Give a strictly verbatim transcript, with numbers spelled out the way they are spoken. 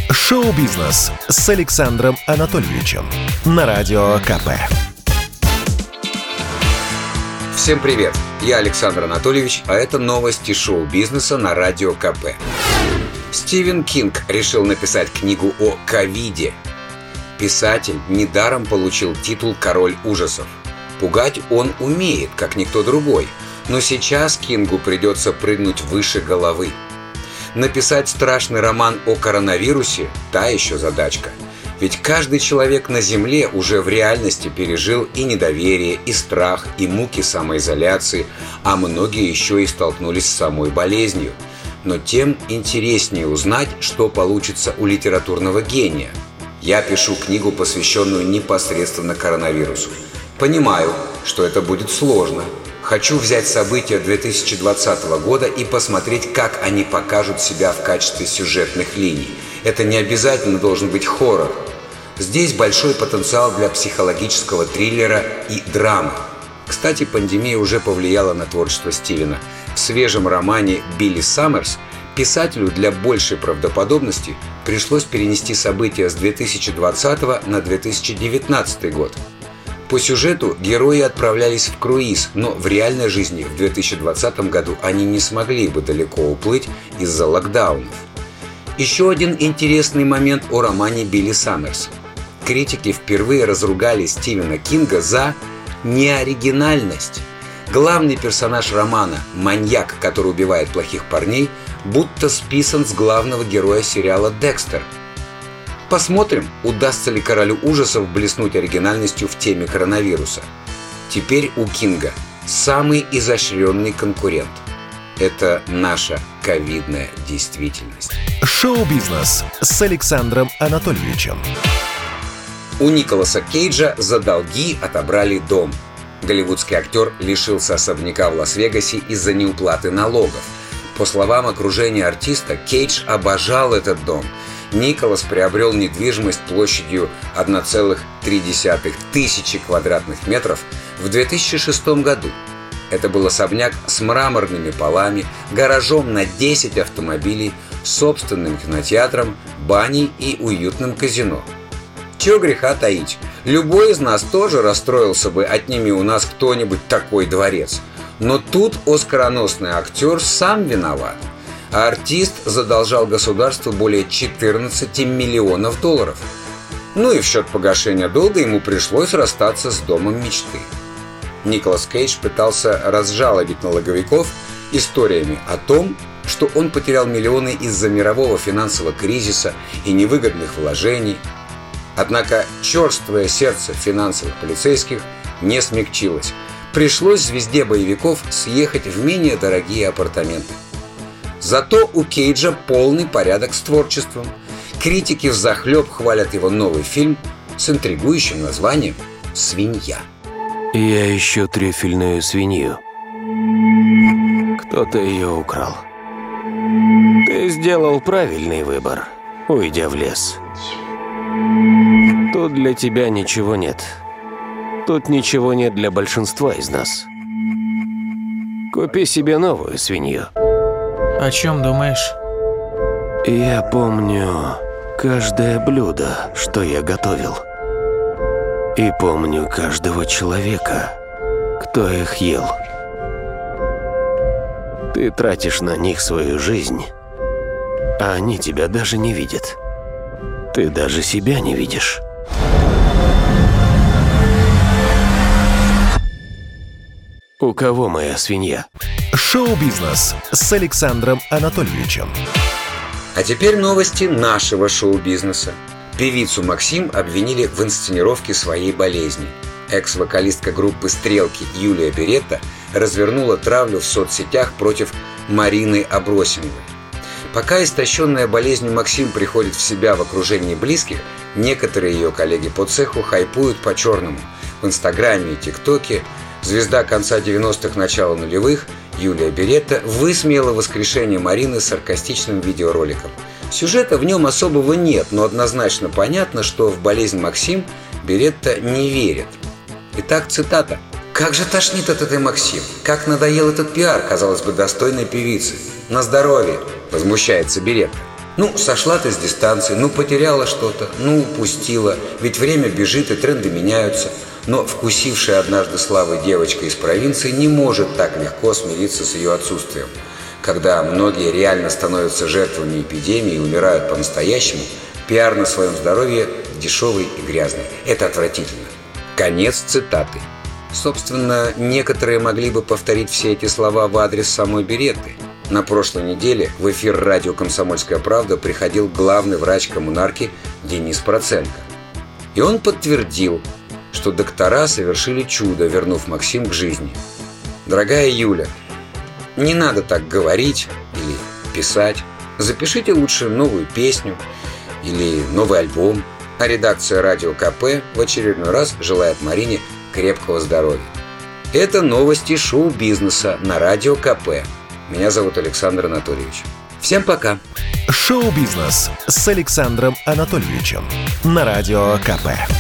Шоу-бизнес с Александром Анатольевичем на Радио КП. Всем привет! Я Александр Анатольевич, а это новости шоу-бизнеса на Радио КП. Стивен Кинг решил написать книгу о ковиде. Писатель недаром получил титул «Король ужасов». Пугать он умеет, как никто другой, но сейчас Кингу придется прыгнуть выше головы. Написать страшный роман о коронавирусе – та еще задачка. Ведь каждый человек на Земле уже в реальности пережил и недоверие, и страх, и муки самоизоляции, а многие еще и столкнулись с самой болезнью. Но тем интереснее узнать, что получится у литературного гения. Я пишу книгу, посвященную непосредственно коронавирусу. Понимаю, что это будет сложно. Хочу взять события две тысячи двадцатого года и посмотреть, как они покажут себя в качестве сюжетных линий. Это не обязательно должен быть хоррор. Здесь большой потенциал для психологического триллера и драмы. Кстати, пандемия уже повлияла на творчество Стивена. В свежем романе «Билли Саммерс» писателю для большей правдоподобности пришлось перенести события с две тысячи двадцатого на две тысячи девятнадцатый год. По сюжету герои отправлялись в круиз, но в реальной жизни в две тысячи двадцатом году они не смогли бы далеко уплыть из-за локдаунов. Еще один интересный момент о романе «Билли Саммерс». Критики впервые разругали Стивена Кинга за неоригинальность. Главный персонаж романа, маньяк, который убивает плохих парней, будто списан с главного героя сериала «Декстер». Посмотрим, удастся ли королю ужасов блеснуть оригинальностью в теме коронавируса. Теперь у Кинга самый изощренный конкурент. Это наша ковидная действительность. Шоу-бизнес с Александром Анатольевичем. У Николаса Кейджа за долги отобрали дом. Голливудский актер лишился особняка в Лас-Вегасе из-за неуплаты налогов. По словам окружения артиста, Кейдж обожал этот дом. Николас приобрел недвижимость площадью одна целая три десятых тысячи квадратных метров в две тысячи шестом году. Это был особняк с мраморными полами, гаражом на десять автомобилей, собственным кинотеатром, баней и уютным казино. Чего греха таить, любой из нас тоже расстроился бы, отними у нас кто-нибудь такой дворец. Но тут оскароносный актер сам виноват. А артист задолжал государству более четырнадцати миллионов долларов. Ну и в счет погашения долга ему пришлось расстаться с домом мечты. Николас Кейдж пытался разжалобить налоговиков историями о том, что он потерял миллионы из-за мирового финансового кризиса и невыгодных вложений. Однако черствое сердце финансовых полицейских не смягчилось. Пришлось звезде боевиков съехать в менее дорогие апартаменты. Зато у Кейджа полный порядок с творчеством. Критики взахлеб хвалят его новый фильм с интригующим названием «Свинья». Я ищу трюфельную свинью. Кто-то ее украл. Ты сделал правильный выбор, уйдя в лес. Тут для тебя ничего нет. Тут ничего нет для большинства из нас. Купи себе новую свинью. О чем думаешь? Я помню каждое блюдо, что я готовил. И помню каждого человека, кто их ел. Ты тратишь на них свою жизнь, а они тебя даже не видят. Ты даже себя не видишь. У кого моя свинья? Шоу-бизнес с Александром Анатольевичем. А теперь новости нашего шоу-бизнеса. Певицу Максим обвинили в инсценировке своей болезни. Экс-вокалистка группы «Стрелки» Юлия Беретта развернула травлю в соцсетях против Марины Абросимовой. Пока истощенная болезнью Максим приходит в себя в окружении близких, некоторые ее коллеги по цеху хайпуют по-черному. В Инстаграме и ТикТоке звезда конца девяностых, начала нулевых Юлия Беретта высмеяла воскрешение Марины саркастичным видеороликом. Сюжета в нем особого нет, но однозначно понятно, что в болезнь Максим Беретта не верит. Итак, цитата. «Как же тошнит от этой Максим! Как надоел этот пиар, казалось бы, достойной певицы! На здоровье!» – возмущается Беретта. Ну, сошла ты с дистанции, ну, потеряла что-то, ну, упустила. Ведь время бежит и тренды меняются. Но вкусившая однажды славы девочка из провинции не может так легко смириться с ее отсутствием. Когда многие реально становятся жертвами эпидемии и умирают по-настоящему, пиар на своем здоровье дешевый и грязный. Это отвратительно. Конец цитаты. Собственно, некоторые могли бы повторить все эти слова в адрес самой Беретты. На прошлой неделе в эфир радио «Комсомольская правда» приходил главный врач коммунарки Денис Проценко. И он подтвердил, что доктора совершили чудо, вернув Максим к жизни. Дорогая Юля, не надо так говорить или писать. Запишите лучше новую песню или новый альбом. А редакция радио КП в очередной раз желает Марине крепкого здоровья. Это новости шоу-бизнеса на радио КП. Меня зовут Александр Анатольевич. Всем пока. Шоу-бизнес с Александром Анатольевичем на радио КП.